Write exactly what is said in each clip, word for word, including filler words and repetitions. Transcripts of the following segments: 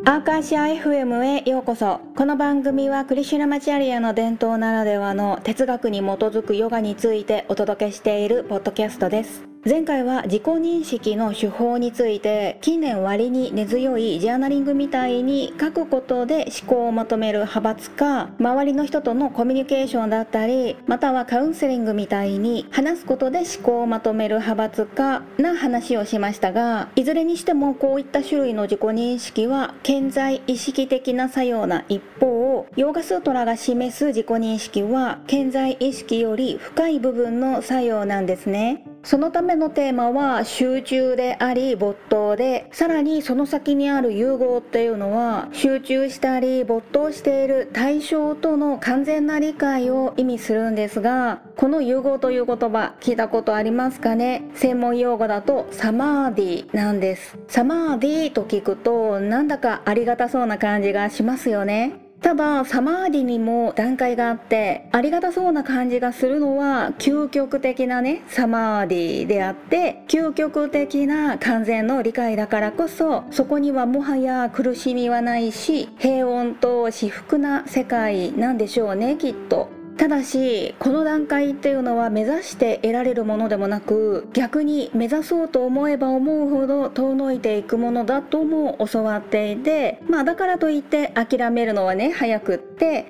アーカーシア エフエム へようこそ。この番組はクリシュナマチャリアの伝統ならではの哲学に基づくヨガについてお届けしているポッドキャストです。前回は自己認識の手法について、近年割に根強いジャーナリングみたいに書くことで思考をまとめる派閥か、周りの人とのコミュニケーションだったり、またはカウンセリングみたいに話すことで思考をまとめる派閥かな話をしましたが、いずれにしてもこういった種類の自己認識は顕在意識的な作用な一方、ヨーガスートラが示す自己認識は顕在意識より深い部分の作用なんですね。そのためのテーマは集中であり没頭で、さらにその先にある融合っていうのは集中したり没頭している対象との完全な理解を意味するんですが、この融合という言葉聞いたことありますかね。専門用語だとサマーディなんです。サマーディと聞くとなんだかありがたそうな感じがしますよね。ただサマーディにも段階があって、ありがたそうな感じがするのは究極的なねサマーディであって、究極的な完全の理解だからこそ、そこにはもはや苦しみはないし、平穏と至福な世界なんでしょうね、きっと。ただしこの段階っていうのは目指して得られるものでもなく、逆に目指そうと思えば思うほど遠のいていくものだとも教わっていて、まあだからといって諦めるのはね早くって、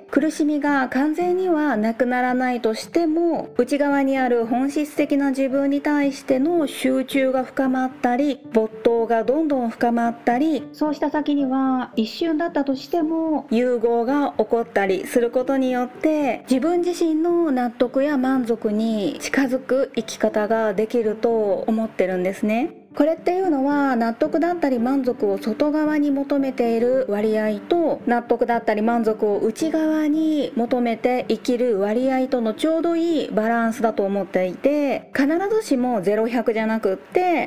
苦しみが完全にはなくならないとしても、内側にある本質的な自分に対しての集中が深まったり、没頭がどんどん深まったり、そうした先には一瞬だったとしても融合が起こったりすることによって、自分自身の納得や満足に近づく生き方ができると思ってるんですね。これっていうのは納得だったり満足を外側に求めている割合と、納得だったり満足を内側に求めて生きる割合とのちょうどいいバランスだと思っていて、必ずしもゼロひゃくじゃなくって、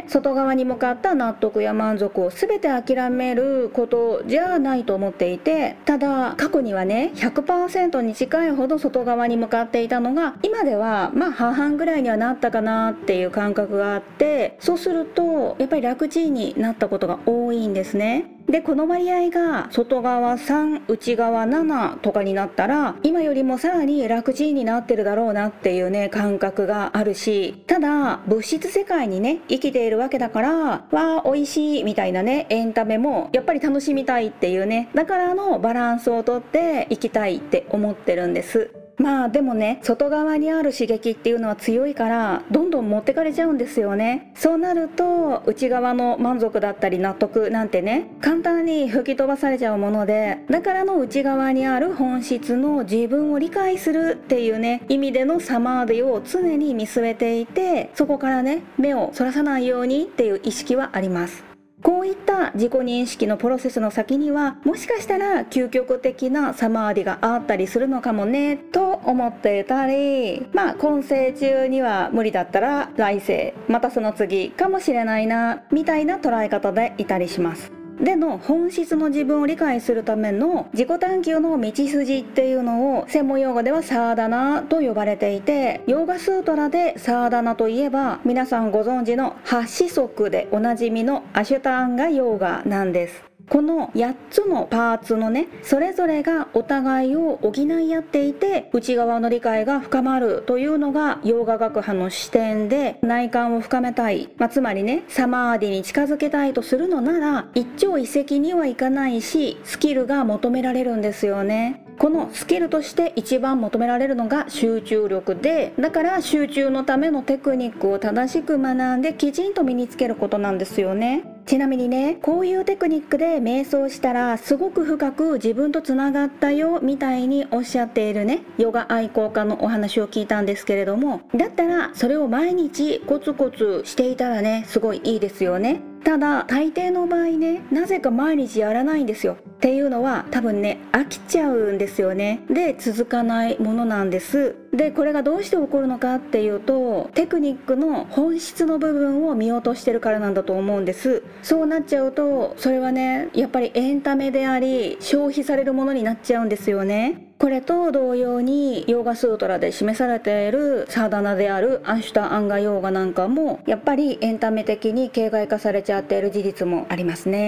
外側に向かった納得や満足を全て諦めることじゃないと思っていて、ただ過去にはね ひゃくパーセント に近いほど外側に向かっていたのが、今ではまあ半々ぐらいにはなったかなっていう感覚があって、そうするとやっぱり楽ちんになったことが多いんですね。でこの割合が外側さん内側ななとかになったら、今よりもさらに楽ちんになってるだろうなっていうね感覚があるし、ただ物質世界にね生きているわけだから、わー美味しいみたいなねエンタメもやっぱり楽しみたいっていうね、だからのバランスをとっていきたいって思ってるんです。まあでもね、外側にある刺激っていうのは強いからどんどん持ってかれちゃうんですよね。そうなると内側の満足だったり納得なんてね簡単に吹き飛ばされちゃうもので、だからの内側にある本質の自分を理解するっていうね意味でのサマーディを常に見据えていて、そこからね目をそらさないようにっていう意識はあります。こういった自己認識のプロセスの先には、もしかしたら究極的なサマーディがあったりするのかもねと思っていたり、まあ今世中には無理だったら来世またその次かもしれないなみたいな捉え方でいたりします。での本質の自分を理解するための自己探求の道筋っていうのを専門用語ではサーダナと呼ばれていて、ヨーガスートラでサーダナといえば皆さんご存知のはちしょくでおなじみのアシュタンガヨーガなんです。このやっつのパーツのねそれぞれがお互いを補い合っていて、内側の理解が深まるというのがヨーガ学派の視点で、内観を深めたい、まあ、つまりねサマーディに近づけたいとするのなら一朝一夕にはいかないし、スキルが求められるんですよね。このスキルとして一番求められるのが集中力で、だから集中のためのテクニックを正しく学んできちんと身につけることなんですよね。ちなみにね、こういうテクニックで瞑想したらすごく深く自分とつながったよみたいにおっしゃっているねヨガ愛好家のお話を聞いたんですけれども、だったらそれを毎日コツコツしていたらねすごいいいですよね。ただ大抵の場合ね、なぜか毎日やらないんですよ。っていうのは多分ね飽きちゃうんですよね。で続かないものなんです。でこれがどうして起こるのかっていうと、テクニックの本質の部分を見落としてるからなんだと思うんです。そうなっちゃうと、それはねやっぱりエンタメであり消費されるものになっちゃうんですよね。これと同様にヨーガスートラで示されているサーダナであるアシュタアンガヨーガなんかもやっぱりエンタメ的に形骸化されちゃっている事実もありますね。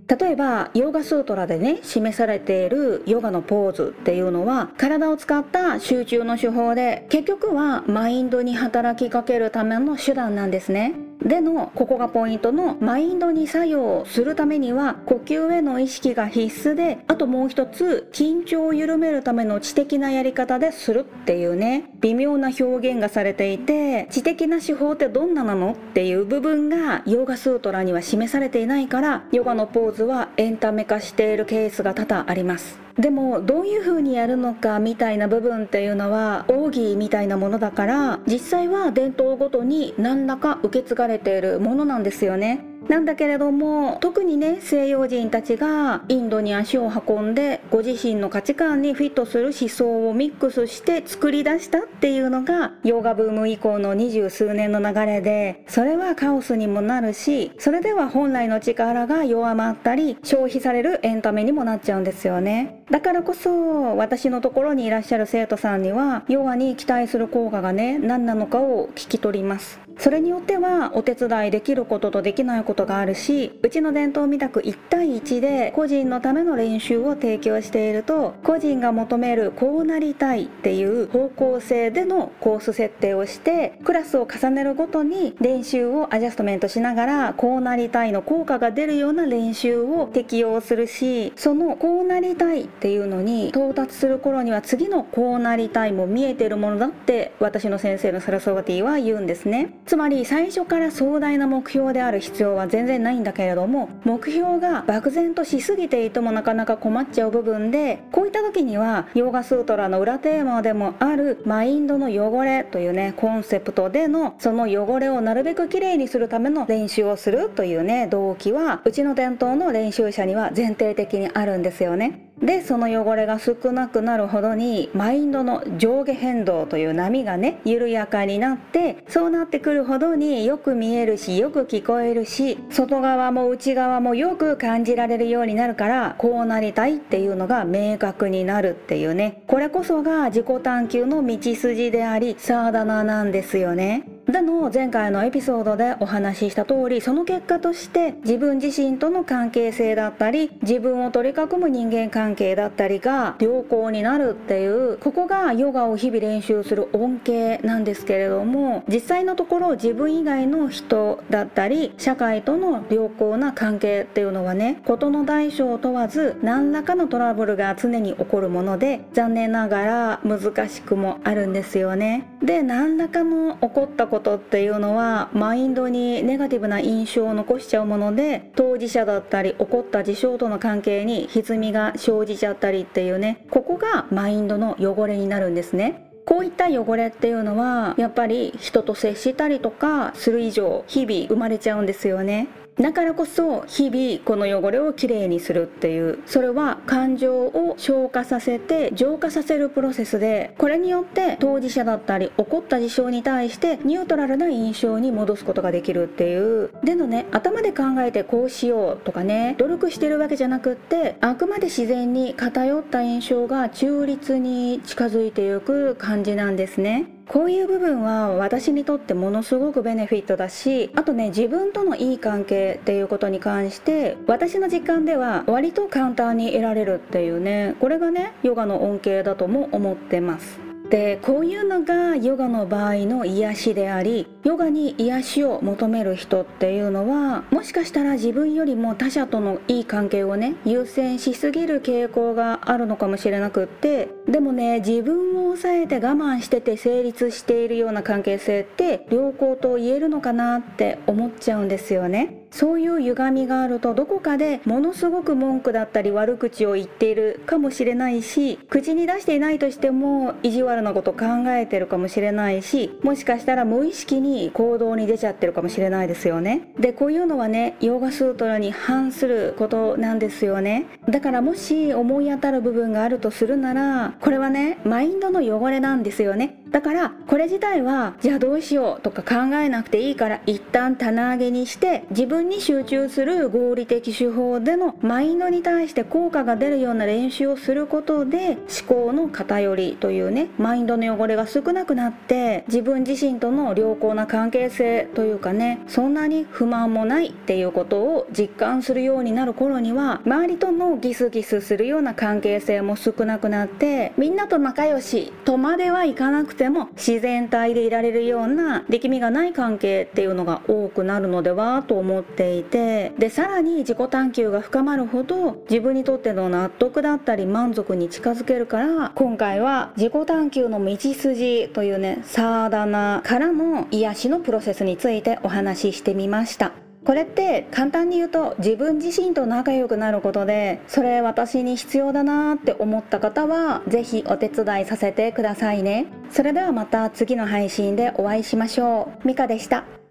例えばヨーガスートラでね示されているヨガのポーズっていうのは体を使った集中の手法で、結局はマインドに働きかけるための手段なんですね。でのここがポイントの、マインドに作用するためには呼吸への意識が必須で、あともう一つ緊張を緩めるための知的なやり方でするっていうね微妙な表現がされていて、知的な手法ってどんななのっていう部分がヨーガスートラには示されていないから、ヨガのポーズはエンタメ化しているケースが多々あります。でもどういう風にやるのかみたいな部分っていうのは奥義みたいなものだから、実際は伝統ごとに何らか受け継がれているものなんですよね。なんだけれども、特にね西洋人たちがインドに足を運んでご自身の価値観にフィットする思想をミックスして作り出したっていうのがヨガブーム以降の二十数年の流れで、それはカオスにもなるし、それでは本来の力が弱まったり消費されるエンタメにもなっちゃうんですよね。だからこそ私のところにいらっしゃる生徒さんにはヨガに期待する効果がね何なのかを聞き取ります。それによってはお手伝いできることとできないことがあるし、うちの伝統みたくいち対いちで個人のための練習を提供していると、個人が求めるこうなりたいっていう方向性でのコース設定をして、クラスを重ねるごとに練習をアジャストメントしながらこうなりたいの効果が出るような練習を適用するし、そのこうなりたいっていうのに到達する頃には次のこうなりたいも見えているものだって私の先生のサラソワティは言うんですね。つまり最初から壮大な目標である必要は全然ないんだけれども、目標が漠然としすぎていてもなかなか困っちゃう部分で、こういった時にはヨーガスートラの裏テーマでもあるマインドの汚れというねコンセプトでの、その汚れをなるべくきれいにするための練習をするというね動機はうちの伝統の練習者には前提的にあるんですよね。でその汚れが少なくなるほどにマインドの上下変動という波がね緩やかになって、そうなってくるほどによく見えるしよく聞こえるし、外側も内側もよく感じられるようになるから、こうなりたいっていうのが明確になるっていうね、これこそが自己探求の道筋でありサーダナなんですよね。での前回のエピソードでお話しした通り、その結果として自分自身との関係性だったり自分を取り囲む人間関係だったりが良好になるっていう、ここがヨガを日々練習する恩恵なんですけれども、実際のところ自分以外の人だったり社会との良好な関係っていうのはね、事の大小を問わず何らかのトラブルが常に起こるもので、残念ながら難しくもあるんですよね。で何らかの起こったことっていうのはマインドにネガティブな印象を残しちゃうもので、当事者だったり起こった事象との関係に歪みが生じちゃったりっていうね、ここがマインドの汚れになるんですね。こういった汚れっていうのはやっぱり人と接したりとかする以上日々生まれちゃうんですよね。だからこそ日々この汚れをきれいにするっていう、それは感情を消化させて浄化させるプロセスで、これによって当事者だったり起こった事象に対してニュートラルな印象に戻すことができるっていう。でのね、頭で考えてこうしようとかね努力してるわけじゃなくって、あくまで自然に偏った印象が中立に近づいていく感じなんですね。こういう部分は私にとってものすごくベネフィットだし、あとね自分とのいい関係っていうことに関して私の実感では割と簡単に得られるっていうね、これがねヨガの恩恵だとも思ってます。でこういうのがヨガの場合の癒しであり、ヨガに癒しを求める人っていうのはもしかしたら自分よりも他者とのいい関係をね優先しすぎる傾向があるのかもしれなくって、でもね自分を抑えて我慢してて成立しているような関係性って良好と言えるのかなって思っちゃうんですよね。そういう歪みがあるとどこかでものすごく文句だったり悪口を言っているかもしれないし、口に出していないとしても意地悪なこと考えてるかもしれないし、もしかしたら無意識に行動に出ちゃってるかもしれないですよね。でこういうのはねヨガスートラに反することなんですよね。だからもし思い当たる部分があるとするなら、 これはねマインドの汚れなんですよね。だからこれ自体はじゃあどうしようとか考えなくていいから一旦棚上げにして自分に集中する合理的手法でのマインドに対して効果が出るような練習をすることで思考の偏りというねマインドの汚れが少なくなって自分自身との良好な関係性というかねそんなに不満もないっていうことを実感するようになる頃には周りとのギスギスするような関係性も少なくなってみんなと仲良しとまではいかなくてでも自然体でいられるような力みがない関係っていうのが多くなるのではと思っていて、でさらに自己探求が深まるほど自分にとっての納得だったり満足に近づけるから、今回は自己探求の道筋というねサーダナからの癒しのプロセスについてお話ししてみました。これって簡単に言うと自分自身と仲良くなることで、それ私に必要だなって思った方はぜひお手伝いさせてくださいね。それではまた次の配信でお会いしましょう。ミカでした。